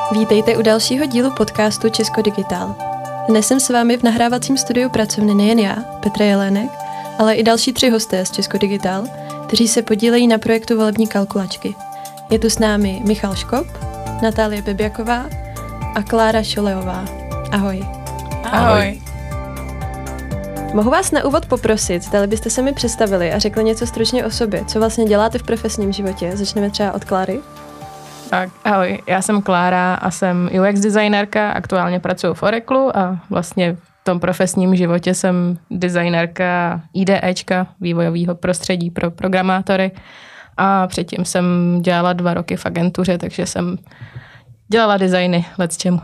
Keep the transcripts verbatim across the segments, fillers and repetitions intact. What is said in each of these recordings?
Vítejte u dalšího dílu podcastu Česko Digitál. Dnes jsem s vámi v nahrávacím studiu pracovny nejen já, Petra Jelének, ale i další tři hosté z Česko Digitál, kteří se podílejí na projektu volební kalkulačky. Je tu s námi Michal Škop, Natálie Bebjaková a Klára Šolejová. Ahoj. Ahoj. Mohu vás na úvod poprosit, zdali byste se mi představili a řekli něco stručně o sobě, co vlastně děláte v profesním životě. Začneme třeba od Kláry. Tak, ahoj, já jsem Klára a jsem U X designérka, aktuálně pracuji v Oraclu a vlastně v tom profesním životě jsem designérka IDEčka, vývojového prostředí pro programátory, a předtím jsem dělala dva roky v agentuře, takže jsem dělala designy lecčemu.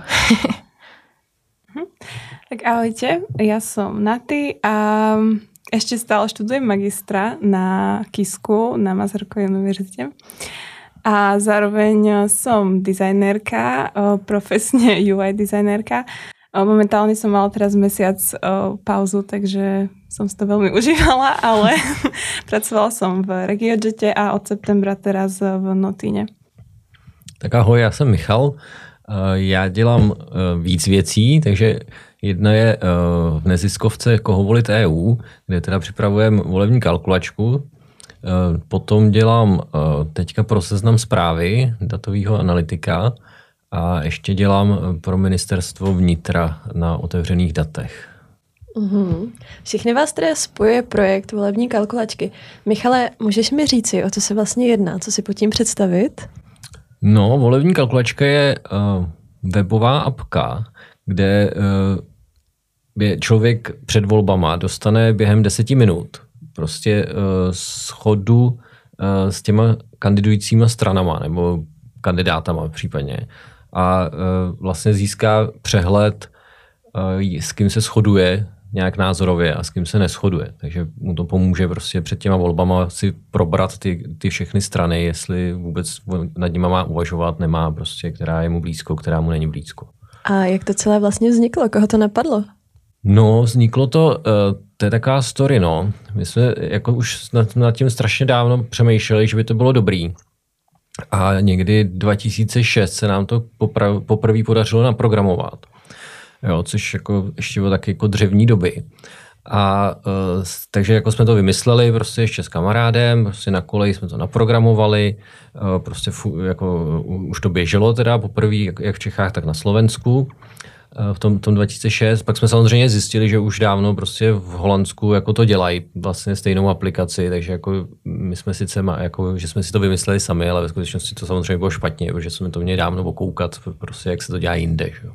Tak ahojte, ja som Naty a ešte stále študujem magistra na KISku, na Masarykovej univerzite. A zároveň som dizajnérka, profesne U I dizajnérka. Momentálne som mala teraz mesiac pauzu, takže som si to veľmi užívala, ale pracovala som v RegioJete a od septembra teraz v Notíne. Tak ahoj, já jsem Michal. Já dělám víc věcí, takže jedna je v neziskovce Koho volit E U, kde teda připravujeme volební kalkulačku. Potom dělám teďka pro Seznam Zprávy, datového analytika, a ještě dělám pro ministerstvo vnitra na otevřených datech. Uhum. Všichni vás tedy spojuje projekt volební kalkulačky. Michale, můžeš mi říci, o co se vlastně jedná, co si pod tím představit? No, volební kalkulačka je uh, webová apka, kde uh, člověk před volbama dostane během deseti minut prostě uh, shodu uh, s těma kandidujícíma stranama nebo kandidátama případně a uh, vlastně získá přehled, uh, s kým se shoduje nějak názorově a s kým se neshoduje. Takže mu to pomůže prostě před těma volbama si probrat ty, ty všechny strany, jestli vůbec nad nima má uvažovat, nemá prostě, která je mu blízko, která mu není blízko. A jak to celé vlastně vzniklo? Koho to napadlo? No, vzniklo to, to je taková story, no. My jsme jako už nad, nad tím strašně dávno přemýšleli, že by to bylo dobrý. A někdy dva tisíce šest se nám to popra- poprvé podařilo naprogramovat. Jo, což jako ještě bylo taky jako dřevní doby. A uh, takže jako jsme to vymysleli prostě ještě s kamarádem, prostě na koleji jsme to naprogramovali, uh, prostě fu, jako uh, už to běželo teda poprvé, jak, jak v Čechách, tak na Slovensku uh, v tom, tom dva tisíce šest. Pak jsme samozřejmě zjistili, že už dávno prostě v Holandsku jako to dělají vlastně stejnou aplikaci, takže jako my jsme sice, ma, jako, že jsme si to vymysleli sami, ale ve skutečnosti to samozřejmě bylo špatně, protože jsme to měli dávno okoukat, prostě jak se to dělá jinde, že jo.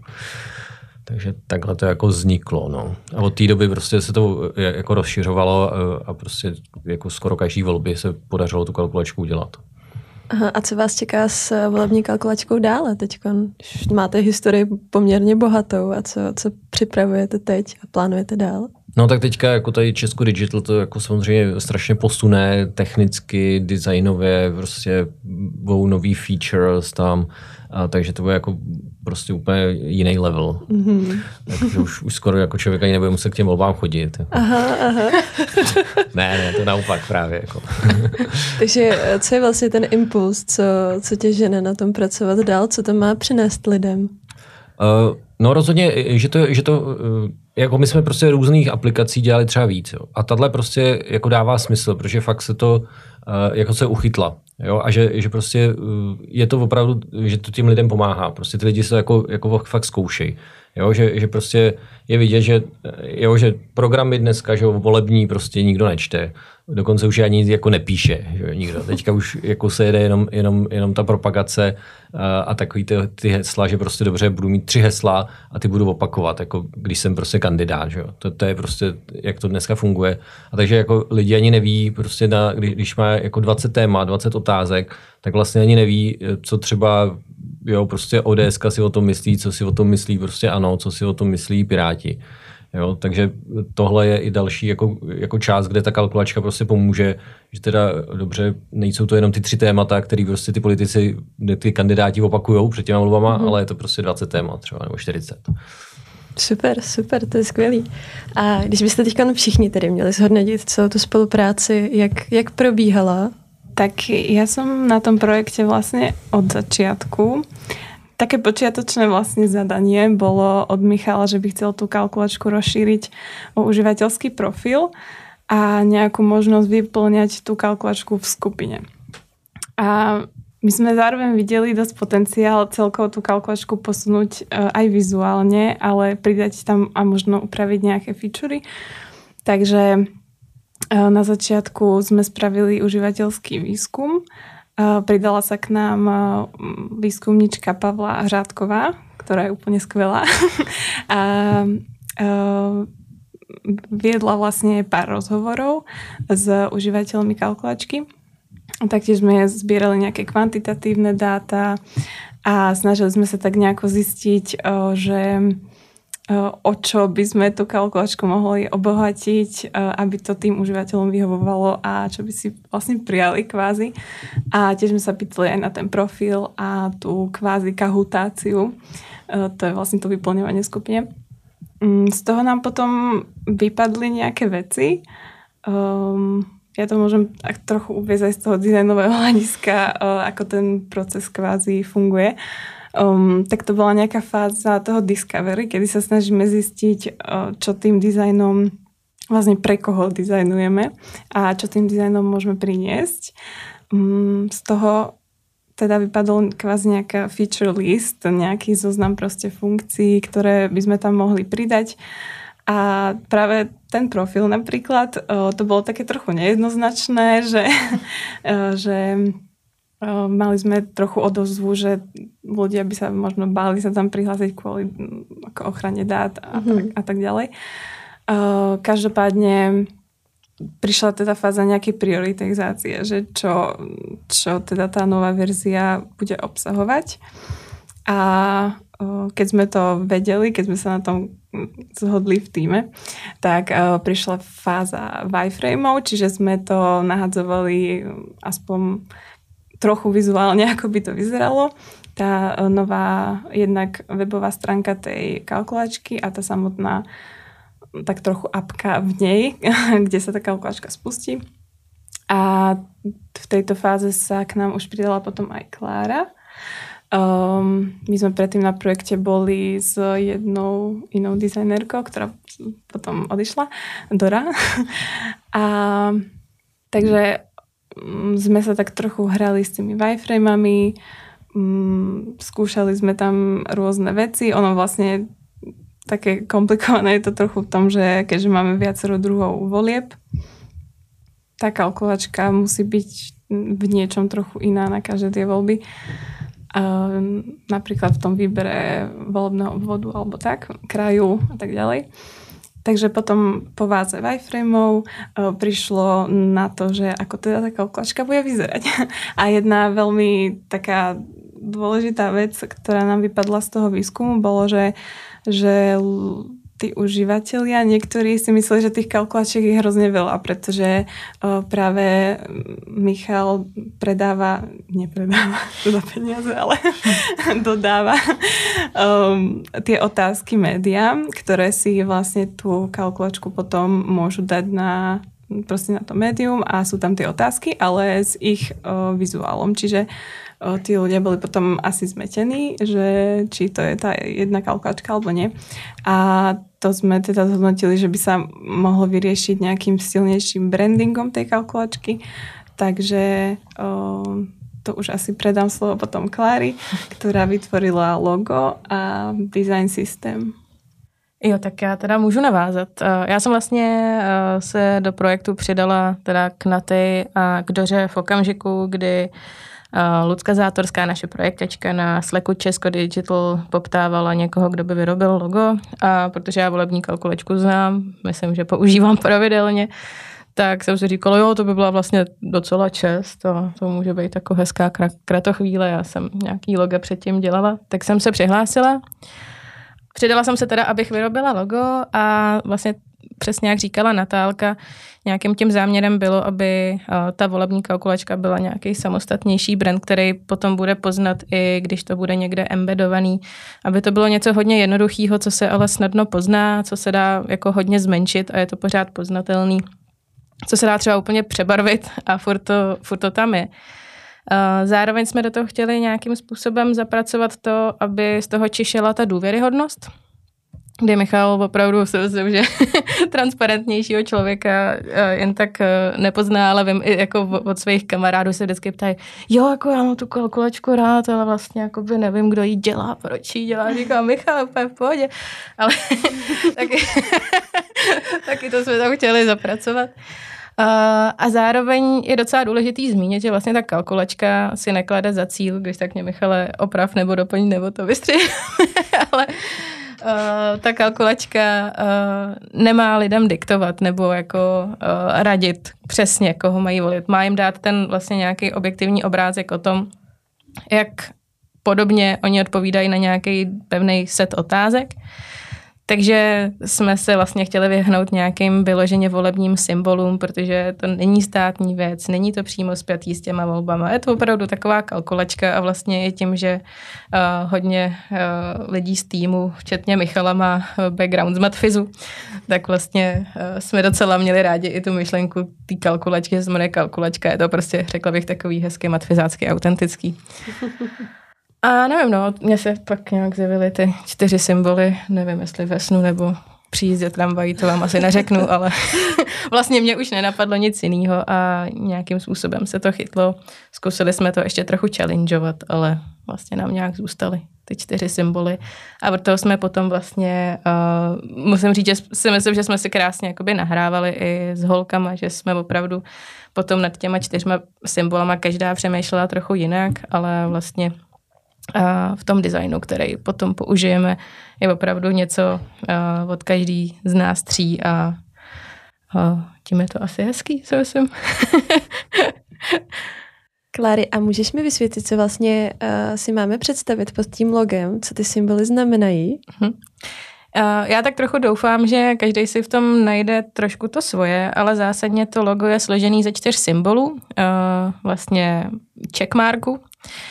Takže takhle to jako vzniklo, no. A od té doby prostě se to jako rozšiřovalo a prostě jako skoro každý volby se podařilo tu kalkulačku udělat. Aha, a co vás čeká s volební kalkulačkou dále teď? Máte historii poměrně bohatou a co, co připravujete teď a plánujete dál? No tak teďka jako tady Česko Digital to jako samozřejmě strašně posune technicky, designově, prostě budou nový features tam, a takže to bude jako prostě úplně jiný level. Mm-hmm. Takže už, už skoro jako člověk ani nebude muset k těm volbám chodit. Jako. Aha, aha. ne, ne, to naopak právě. Jako. Takže co je vlastně ten impuls, co, co tě žene na tom pracovat dál, co to má přinést lidem? Uh, no rozhodně, že to, že to uh, jako my jsme prostě různých aplikací dělali třeba víc. Jo. A tahle prostě jako dává smysl, protože fakt se to uh, jako se uchytla. Jo. A že, že prostě uh, je to opravdu, že to těm lidem pomáhá. Prostě ty lidi se to jako, jako fakt zkoušejí. Jo, že, že prostě je vidět, že, jo, že programy dneska, že volební prostě nikdo nečte. Dokonce už ani jako nepíše, že nikdo. Teďka už jako se jede jenom, jenom, jenom ta propagace a, a takový ty, ty hesla, že prostě dobře, budu mít tři hesla a ty budu opakovat, jako když jsem prostě kandidát, že jo. To, to je prostě, jak to dneska funguje. A takže jako lidi ani neví, prostě na, když, když má jako dvacet témat, dvacet otázek, tak vlastně ani neví, co třeba jo, prostě O D S ka si o tom myslí, co si o tom myslí prostě ANO, co si o tom myslí Piráti. Jo, takže tohle je i další jako, jako část, kde ta kalkulačka prostě pomůže, že teda dobře, nejsou to jenom ty tři témata, které prostě ty politici, ty kandidáti opakujou před těma volbama, mm. ale je to prostě dvacet témat třeba, nebo čtyřicet. Super, super, to je skvělý. A když byste teďka všichni tedy měli zhodnotit celou tu spolupráci, jak, jak probíhala? Tak ja som na tom projekte vlastne od začiatku. také počiatočné vlastne zadanie bolo od Michala, že by chcel tú kalkulačku rozšíriť o užívateľský profil a nejakú možnosť vyplňať tú kalkulačku v skupine. A my sme zároveň videli dosť potenciál celkovo tú kalkulačku posunúť aj vizuálne, ale pridať tam a možno upraviť nejaké featurey. Takže na začiatku sme spravili užívateľský výskum. Pridala sa k nám výskumnička Pavla Hřátková, ktorá je úplne skvelá. A viedla vlastne pár rozhovorov s užívateľmi kalkulačky. Taktiež sme zbierali nejaké kvantitatívne dáta a snažili sme sa tak nejako zistiť, že o čo by sme tú kalkulačku mohli obohatiť, aby to tým užívateľom vyhovovalo a čo by si vlastne prijali kvázi. A tiež sme sa pýtali aj na ten profil a tú kvázi kahutáciu. To je vlastne to vyplňovanie skupine. Z toho nám potom vypadli nejaké veci. Um, ja to môžem tak trochu uviesť aj z toho dizajnového hľadiska, ako ten proces kvázi funguje. Um, tak to bola nejaká fáza toho discovery, kedy sa snažíme zistiť, uh, čo tým dizajnom, vlastne pre koho dizajnujeme a čo tým dizajnom môžeme priniesť. Um, z toho teda vypadol kvázi nejaká feature list, nejaký zoznam proste funkcií, ktoré by sme tam mohli pridať. A práve ten profil napríklad, uh, to bolo také trochu nejednoznačné, že, uh, že mali sme trochu odozvu, že ľudia by sa možno báli sa tam prihlásiť kvôli ako ochrane dát a, mm-hmm. tak, a tak ďalej. Každopádne prišla teda fáza nejakej prioritizácie, že čo, čo teda tá nová verzia bude obsahovať. A keď sme to vedeli, keď sme sa na tom zhodli v tíme, tak prišla fáza wireframeov, čiže sme to nahadzovali aspoň trochu vizuálne, ako by to vyzeralo. Tá nová jednak webová stránka tej kalkulačky a tá samotná tak trochu apka v nej, kde sa tá kalkulačka spustí. A v tejto fáze sa k nám už pridala potom aj Klára. Um, my sme predtým na projekte boli s jednou inou dizajnerkou, ktorá potom odišla, Dora. A takže sme sa tak trochu hrali s tými wireframami, skúšali sme tam rôzne veci. Ono vlastne také komplikované je to trochu v tom, že keďže máme viacero druhov volieb, tá kalkulačka musí byť v niečom trochu iná na každé tie voľby. Napríklad v tom výbere volebného obvodu alebo tak, kraju a tak ďalej. Takže potom po váze wireframeov prišlo na to, že ako teda tá kalkulačka bude vyzerať. A jedna veľmi taká dôležitá vec, ktorá nám vypadla z toho výskumu, bolo, že, že tí užívateľia, niektorí si mysleli, že tých kalkulačiek je hrozne veľa, pretože uh, práve Michal predáva, nepredáva za peniaze, ale dodáva um, tie otázky médiám, ktoré si vlastne tú kalkulačku potom môžu dať na proste na to médium a sú tam tie otázky, ale s ich uh, vizuálom. Čiže uh, tí ľudia boli potom asi zmetení, že či to je tá jedna kalkulačka alebo nie. A to sme teda zhodnotili, že by sa mohlo vyriešiť nejakým silnejším brandingom tej kalkulačky. Takže uh, to už asi predám slovo potom Klári, ktorá vytvorila logo a design systém. Jo, tak já teda můžu navázat. Já jsem vlastně se do projektu přidala teda k Naty a k Doře v okamžiku, kdy Lucka Zátorská, naše projektačka na Slacku Česko Digital poptávala někoho, kdo by vyrobil logo. A protože já volební kalkulačku znám, myslím, že používám pravidelně, tak jsem si říkala, jo, to by byla vlastně docela čest a to může být jako hezká kratochvíle. Já jsem nějaký logo předtím dělala, tak jsem se přihlásila. Přidala jsem se teda, abych vyrobila logo a vlastně přesně jak říkala Natálka, nějakým tím záměrem bylo, aby ta volební kalkulačka byla nějaký samostatnější brand, který potom bude poznat i když to bude někde embedovaný, aby to bylo něco hodně jednoduchého, co se ale snadno pozná, co se dá jako hodně zmenšit a je to pořád poznatelný, co se dá třeba úplně přebarvit a furt to, furt to tam je. Zároveň jsme do toho chtěli nějakým způsobem zapracovat to, aby z toho čišela ta důvěryhodnost, kdy Michal opravdu si myslím, že transparentnějšího člověka jen tak nepozná, ale vím i jako od svých kamarádů se vždycky ptají, jo, jako já mám tu kalkulačku rád, ale vlastně jakoby nevím, kdo ji dělá, proč ji dělá, říkám Michal, úplně v pohodě, ale taky, taky to jsme tam chtěli zapracovat. A zároveň je docela důležitý zmínit, že vlastně ta kalkulačka si neklade za cíl, když tak mě Michale oprav nebo doplň, nebo to vystřihne, ale Uh, ta kalkulačka uh, nemá lidem diktovat nebo jako uh, radit přesně, koho mají volit. Má jim dát ten vlastně nějaký objektivní obrázek o tom, jak podobně oni odpovídají na nějaký pevný set otázek. Takže jsme se vlastně chtěli vyhnout nějakým vyloženě volebním symbolům, protože to není státní věc, není to přímo spjatý s těma volbama. Je to opravdu taková kalkulačka a vlastně je tím, že uh, hodně uh, lidí z týmu, včetně Michala, má background z matfizu, tak vlastně uh, jsme docela měli rádi i tu myšlenku té kalkulačky, že se jmenuje kalkulačka. Je to prostě, řekla bych, takový hezký matfizácký, autentický. A nevím, no, mně se pak nějak zjevily ty čtyři symboly, nevím, jestli ve snu nebo při jízdě tramvají, to vám asi neřeknu, ale vlastně mě už nenapadlo nic jiného a nějakým způsobem se to chytlo. Zkusili jsme to ještě trochu challengeovat, ale vlastně nám nějak zůstaly ty čtyři symboly. A proto jsme potom vlastně, uh, musím říct, že si myslím, že jsme si krásně jakoby nahrávali i s holkama, že jsme opravdu potom nad těma čtyřma symbolama každá přemýšlela trochu jinak, ale vlastně a v tom designu, který potom použijeme, je opravdu něco uh, od každý z nás tří a uh, tím je to asi hezký, co myslím. Kláry, a můžeš mi vysvětlit, co vlastně uh, si máme představit pod tím logem, co ty symboly znamenají? Uh-huh. Uh, já tak trochu doufám, že každý si v tom najde trošku to svoje, ale zásadně to logo je složený ze čtyř symbolů, uh, vlastně checkmarku,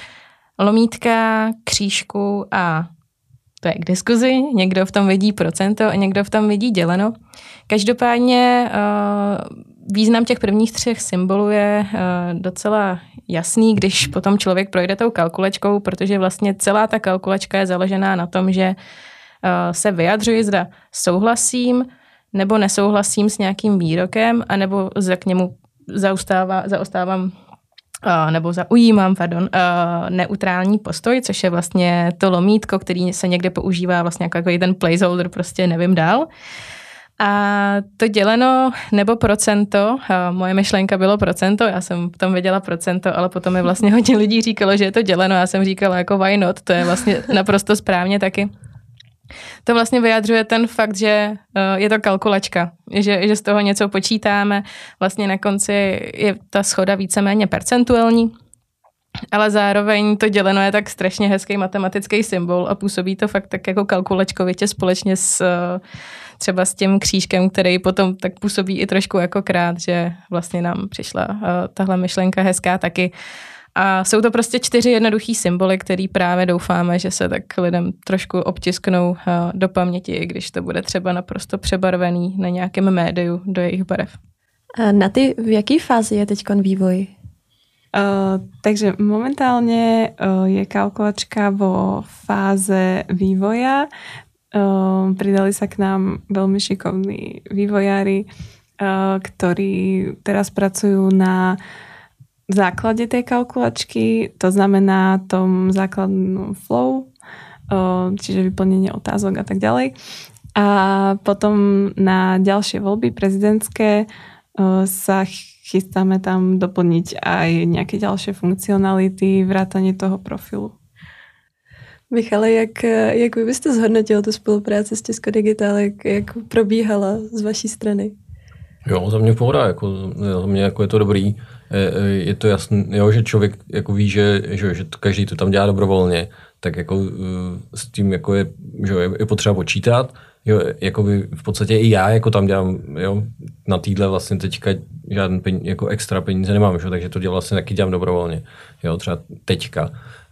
lomítka, křížku a to je k diskuzi. Někdo v tom vidí procento a někdo v tom vidí děleno. Každopádně uh, význam těch prvních třech symbolů je uh, docela jasný, když potom člověk projde tou kalkulačkou, protože vlastně celá ta kalkulačka je založená na tom, že uh, se vyjadřuji, zda souhlasím nebo nesouhlasím s nějakým výrokem, anebo za k němu zaustává, zaostávám Uh, nebo zaujímám, pardon, uh, neutrální postoj, což je vlastně to lomítko, který se někde používá vlastně jako ten placeholder, prostě nevím dál. A to děleno nebo procento, uh, moje myšlenka bylo procento, já jsem tam viděla procento, ale potom mi vlastně hodně lidí říkalo, že je to děleno, já jsem říkala jako why not, to je vlastně naprosto správně taky. To vlastně vyjadřuje ten fakt, že uh, je to kalkulačka, že, že z toho něco počítáme. Vlastně na konci je ta shoda víceméně percentuální, ale zároveň to děleno je tak strašně hezký matematický symbol a působí to fakt tak jako kalkulačkovitě společně s uh, třeba s tím křížkem, který potom tak působí i trošku jako krát, že vlastně nám přišla uh, tahle myšlenka hezká taky. A jsou to prostě čtyři jednoduchý symboly, který právě doufáme, že se tak lidem trošku obtisknou do paměti, když to bude třeba naprosto přebarvený na nějakém médiu do jejich barev. A na ty, v jaký fázi je teďkon vývoj? Uh, takže momentálne uh, je kalkulačka vo fáze vývoja. Uh, pridali sa k nám veľmi šikovní vývojári, uh, ktorí teraz pracujú na v základe tej kalkulačky, to znamená tom základnom flow, čiže vyplnenie otázok a tak ďalej. A potom na ďalšie voľby prezidentské sa chystáme tam doplniť aj nejaké ďalšie funkcionality, vrátanie toho profilu. Michale, jak, jak vy byste zhodnotil tu spolupráci s Česko Digital, jak, jak probíhala z vaší strany? Jo, za mě pohoda, jako, za mě jako je to dobrý. Je, je to jasný, jo, že člověk jako ví, že, že, že to každý to tam dělá dobrovolně, tak jako s tím jako je, že je potřeba počítat. Jo, jako by v podstatě i já jako tam dělám, jo, na týdle vlastně teďka žádný peníze, jako extra peníze nemám, že, takže to dělám vlastně taky dělám dobrovolně, jo, třeba teďka.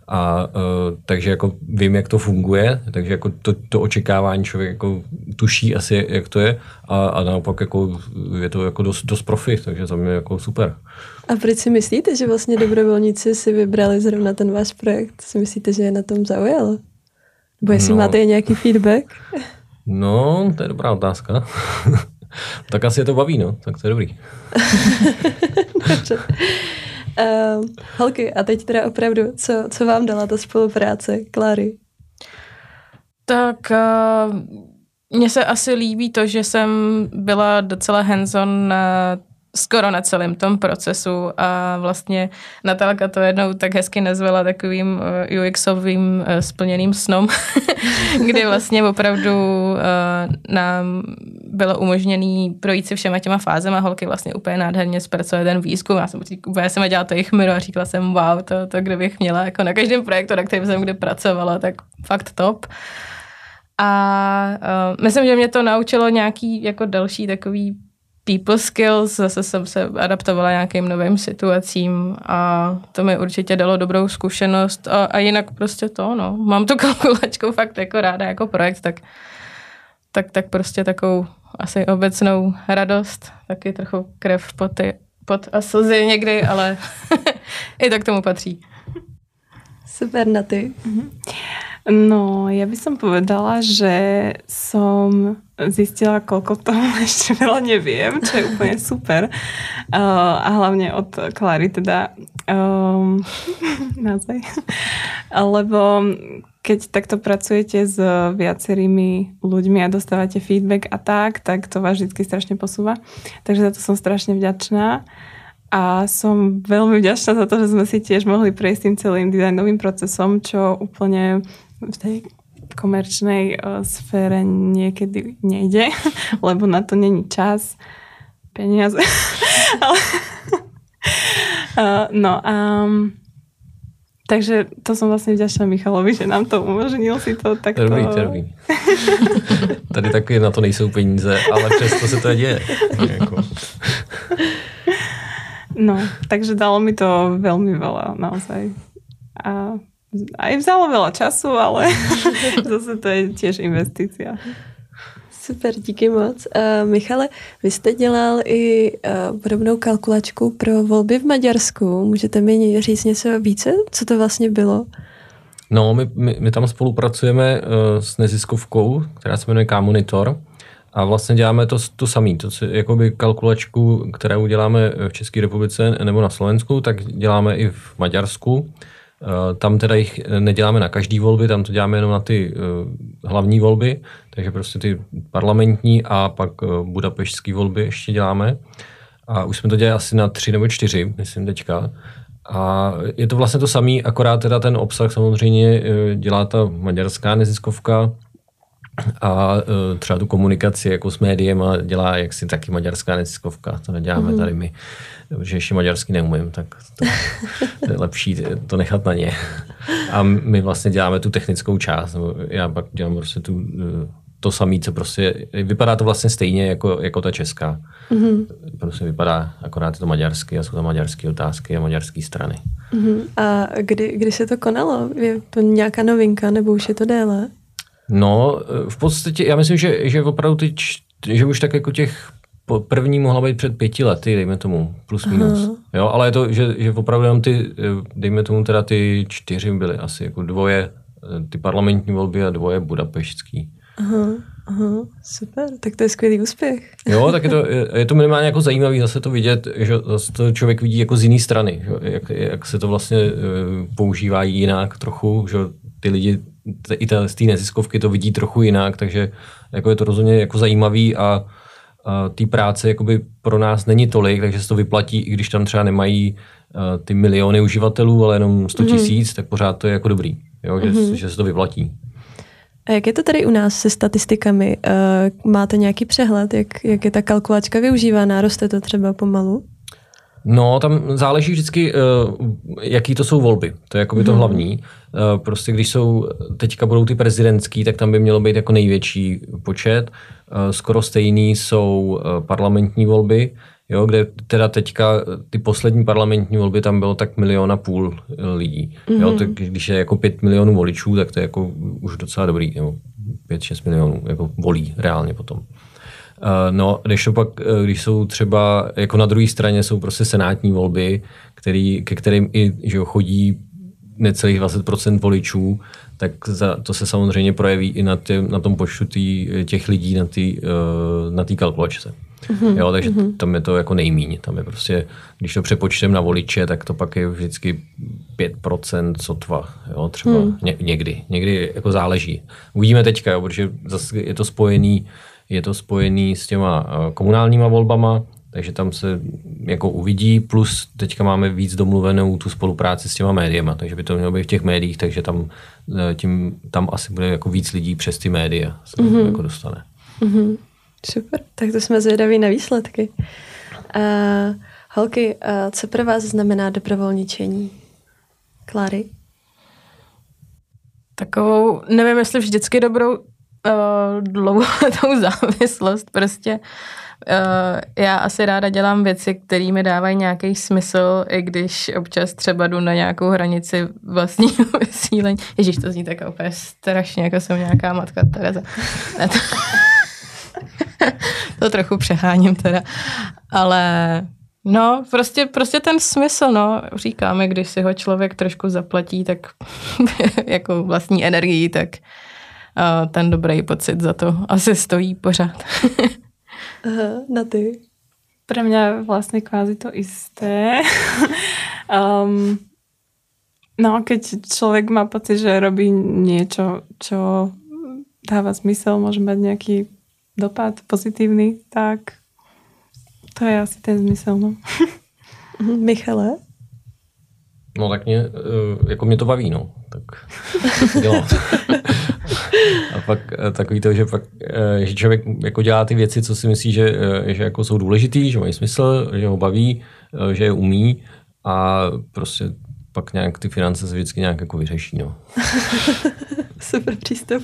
A uh, takže jako vím, jak to funguje, takže jako to, to očekávání člověk jako tuší asi, jak to je a, a naopak jako je to jako dost, dost profi, takže za mě jako super. A proč si myslíte, že vlastně dobrovolníci si vybrali zrovna ten váš projekt? Si myslíte, že je na tom zaujalo? Nebo jestli no, máte nějaký feedback? No, to je dobrá otázka. Tak asi je to baví, no, tak to je dobrý. Dobře. Uh, holky, a teď teda opravdu, co, co vám dala ta spolupráce, Kláry? Tak uh, mně se asi líbí to, že jsem byla docela hands-on na, skoro na celém tom procesu a vlastně Natálka to jednou tak hezky nazvala takovým uh, U X ovým uh, splněným snom, kdy vlastně opravdu uh, nám bylo umožněný projít si všema těma fázema, holky vlastně úplně nádherně zpracovali ten výzkum. Já jsem úplně jsem dělala to jejich miro a říkala jsem, wow, to, to kdybych měla jako na každém projektu, na kterém jsem kdy pracovala, tak fakt top. A uh, myslím, že mě to naučilo nějaký jako další takový people skills, zase jsem se adaptovala nějakým novým situacím a to mi určitě dalo dobrou zkušenost a, a jinak prostě to, no. Mám tu kalkulačku fakt jako ráda jako projekt, tak, tak, tak prostě takovou asi obecnou radost, taky trochu krev pod, ty, pod a slzy někdy, ale i to k tomu patří. Super, na ty. No, ja by som povedala, že som zistila, koľko toho ešte veľa neviem, čo je úplne super. Uh, a hlavne od Kláry teda um, naozaj. Lebo keď takto pracujete s viacerými ľuďmi a dostávate feedback a tak, tak to vás vždy strašne posúva. Takže za to som strašne vďačná. A som veľmi vďačná za to, že sme si tiež mohli prejsť tým celým dizajnovým procesom, čo úplne v tej komerčnej uh, sfére niekedy nejde, lebo na to není čas, peniaze. Ale, uh, no a um, takže to som vlastne vďačná Michalovi, že nám to umožnil si to takto. Dobrý, dobrý. Tady taky na to nejsou peníze, ale přesto se to děje. Jako. No, takže dalo mi to veľmi veľa naozaj. A aj vzalo veľa času, ale zase to je tiež investícia. Super, díky moc. Uh, Michale, vy jste dělal i uh, podobnou kalkulačku pro volby v Maďarsku. Můžete mi říct něco více? Co to vlastně bylo? No, my, my, my tam spolupracujeme uh, s neziskovkou, která se jmenuje K-Monitor. A vlastně děláme to, to samé, to jakoby kalkulačku, kterou děláme v České republice nebo na Slovensku, tak děláme i v Maďarsku. Tam teda jich neděláme na každý volby, tam to děláme jenom na ty hlavní volby, takže prostě ty parlamentní a pak budapešťské volby ještě děláme. A už jsme to dělali asi na tři nebo čtyři, myslím teďka. A je to vlastně to samé, akorát teda ten obsah samozřejmě dělá ta maďarská neziskovka, a uh, třeba tu komunikaci jako s médiem a dělá jaksi taky maďarská neziskovka. To neděláme mm. tady my, protože ještě maďarsky neumím, tak to, to je lepší to nechat na ně. A my vlastně děláme tu technickou část. Nebo já pak dělám prostě tu, to samé, co prostě, vypadá to vlastně stejně jako, jako ta česká. Mm. Prostě vypadá, akorát je to maďarsky a jsou tam maďarské otázky a maďarské strany. Mm. A kdy, kdy se to konalo? Je to nějaká novinka nebo už je to déle? No, v podstatě, já myslím, že, že opravdu ty, že už tak jako těch první mohla být před pěti lety, dejme tomu, plus minus. Jo, ale je to, že, že opravdu jenom ty, dejme tomu teda ty čtyři byly asi jako dvoje, ty parlamentní volby a dvoje budapešťský. Aha, aha, super, tak to je skvělý úspěch. Jo, tak je to, je, je to minimálně jako zajímavý zase to vidět, že zase to člověk vidí jako z jiné strany, jak, jak se to vlastně používá jinak trochu, že ty lidi i z té neziskovky to vidí trochu jinak, takže jako je to rozhodně jako zajímavý a, a té práce jakoby pro nás není tolik, takže se to vyplatí, i když tam třeba nemají uh, ty miliony uživatelů, ale jenom sto tisíc, mm-hmm. tak pořád to je jako dobrý, jo, že, mm-hmm. že se to vyplatí. A jak je to tady u nás se statistikami? Uh, máte nějaký přehled, jak, jak je ta kalkulačka využívána? Roste to třeba pomalu? No, tam záleží vždycky, jaký to jsou volby. To je jakoby to hlavní. Prostě když jsou, teďka budou ty prezidentský, tak tam by mělo být jako největší počet. Skoro stejný jsou parlamentní volby. jo, kde teda teďka ty poslední parlamentní volby, tam bylo tak milion a půl lidí. Mm-hmm. Jo, tak když je jako pět milionů voličů, tak to je jako už docela dobrý, jo, pět, šest milionů jako volí reálně potom. No, když to pak, když jsou třeba, jako na druhé straně jsou prostě senátní volby, který, ke kterým i že jo, chodí necelých dvacet procent voličů, tak za, to se samozřejmě projeví i na, tě, na tom počtu tý, těch lidí na té na té kalkulačce. Mm-hmm. Jo, takže mm-hmm. tam je to jako nejmíň. Tam je prostě, když to přepočtem na voliče, tak to pak je vždycky pět procent sotva. Jo, třeba mm. ně, někdy. Někdy jako záleží. Uvidíme teďka, jo, protože zase je to spojený je to spojený s těma komunálníma volbama, takže tam se jako uvidí, plus teďka máme víc domluvenou tu spolupráci s těma médiama, takže by to mělo být v těch médiích, takže tam, tím, tam asi bude jako víc lidí přes ty média se mm-hmm. jako dostane. Mm-hmm. Super, tak to jsme zvědaví na výsledky. Uh, holky, uh, co pro vás znamená dobrovolničení? Kláry? Takovou, nevím, jestli vždycky dobrou Uh, dlouholetou závislost. Prostě uh, já asi ráda dělám věci, které mi dávají nějaký smysl, i když občas třeba jdu na nějakou hranici vlastního vysílení. Ježíš, to zní tak úplně strašně, jako jsem nějaká matka Tereza. Ne, to, to trochu přeháním teda. Ale no, prostě, prostě ten smysl, no, říkáme, když si ho člověk trošku zaplatí, tak jako vlastní energii, tak a ten dobrý pocit za to asi stojí pořád. Aha, na ty. Pre mňa vlastne kvázi to isté. um, no, keď človek má pocit, že robí niečo, čo dáva zmysel, môže mať nejaký dopad pozitívny, tak to je asi ten zmysel, no. Michale? No tak mě, jako mě to baví, no. Tak dělám. A pak takový to, že pak, že člověk jako dělá ty věci, co si myslí, že, že jako jsou důležitý, že mají smysl, že ho baví, že je umí a prostě pak nějak ty finance se vždycky nějak jako vyřeší, no. Super přístup.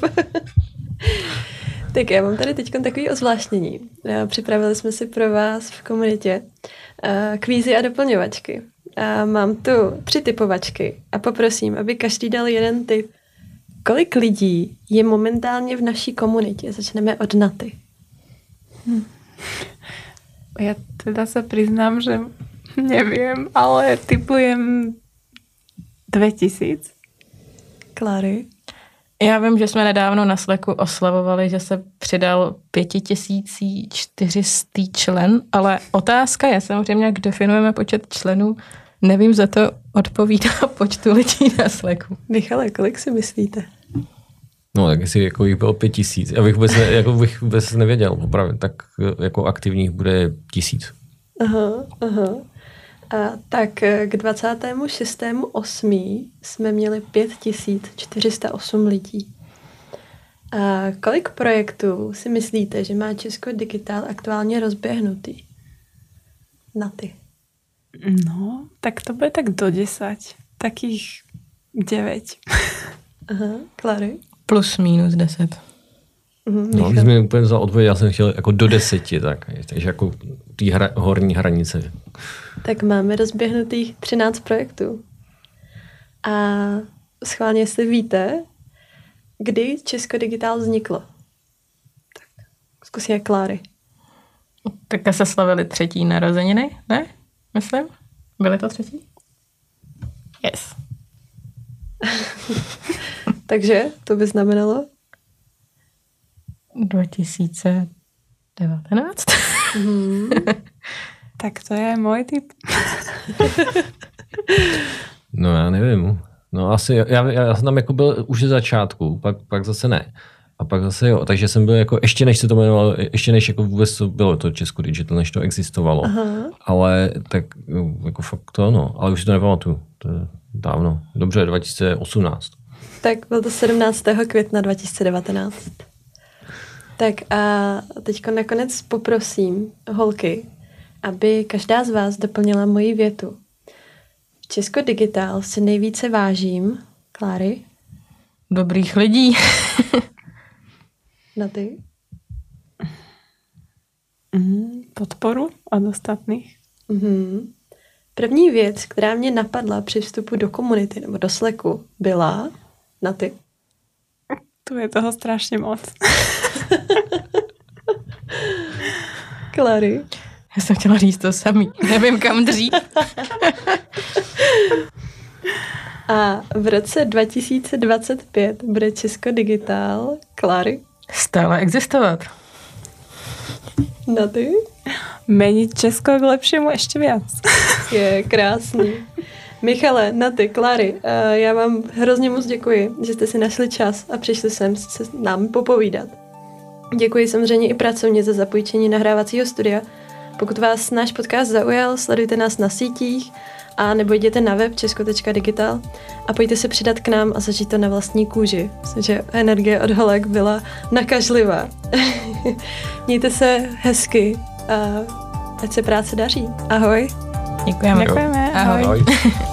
Tak já mám tady teď takový ozvláštnění. Připravili jsme si pro vás v komunitě kvízy a doplňovačky. A mám tu tři typovačky a poprosím, aby každý dal jeden typ. Kolik lidí je momentálně v naší komunitě? Začneme od Naty. Hm. Ja teda sa priznám, že neviem, ale typujem dvě tisíc. Kláry? Já vím, že jsme nedávno na Slacku oslavovali, že se přidal pětitisící čtyřistý člen, ale otázka je samozřejmě, jak definujeme počet členů. Nevím, za to odpovídá počtu lidí na Slacku. Michale, kolik si myslíte? No, tak jestli jako jich bylo pět tisíc. Já bych vůbec, ne, jako bych vůbec nevěděl, opravdu. Tak jako aktivních bude tisíc. Aha, aha. A tak k dvacátého šestého osmého jsme měli pět tisíc čtyři sta osm lidí. A kolik projektů si myslíte, že má Česko Digitál aktuálně rozběhnutý? Na ty. No, tak to bude tak do desať. Takých devět. Aha, Klary? Plus minus deset. Mhm, no, když mi úplně vzal odpověď, já jsem chtěl jako do deseti, tak, takže jako tý hra, horní hranice. Tak máme rozběhnutých třináct projektů. A schválně, jestli víte, kdy Česko Digitál vzniklo. Tak, zkusíme Kláry. Tak se slavili třetí narozeniny, ne? Myslím? Byly to třetí? Yes. Takže to by znamenalo? dva tisíce devatenáct. Hmm. Tak to je můj tip. No já nevím. No asi, já, já jsem tam jako byl už ze začátku, pak, pak zase ne. A pak zase jo, takže jsem byl jako, ještě než se to jmenovalo, ještě než jako vůbec to bylo to Česko Digital, než to existovalo. Aha. Ale tak jako fakt to no, ale už si to nepamatuju. To je dávno. Dobře, dva tisíce osmnáct. Tak byl to sedmnáctého května dva tisíce devatenáct. Tak a teďko nakonec poprosím holky, aby každá z vás doplnila moji větu. V Česko Digitál si nejvíce vážím, Kláry? Dobrých lidí. Na ty? Mm, podporu od ostatných. Mm-hmm. První věc, která mě napadla při vstupu do komunity nebo do Slacku, byla na ty. Tu je toho strašně moc. Klary. Já jsem chtěla říct to samý. Nevím, kam dřít. A v roce dva tisíce dvacet pět bude Česko Digitál, Klary, stále existovat. na ty. Meniť Česko k lepšiemu ešte viac. Je krásný. Michale, na ty, Klary, já vám hrozně moc děkuji, že jste si našli čas a přišli sem se s námi popovídat. Děkuji samozřejmě i pracovně za zapůjčení nahrávacího studia. Pokud vás náš podcast zaujal, sledujte nás na sítích a nebo jděte na web česko tečka digital a pojďte se přidat k nám a zažít to na vlastní kůži. Myslím, že energie od holek byla nakažlivá. Mějte se hezky a ať se práce daří. Ahoj. Děkujeme. Děkujeme. Ahoj. Ahoj.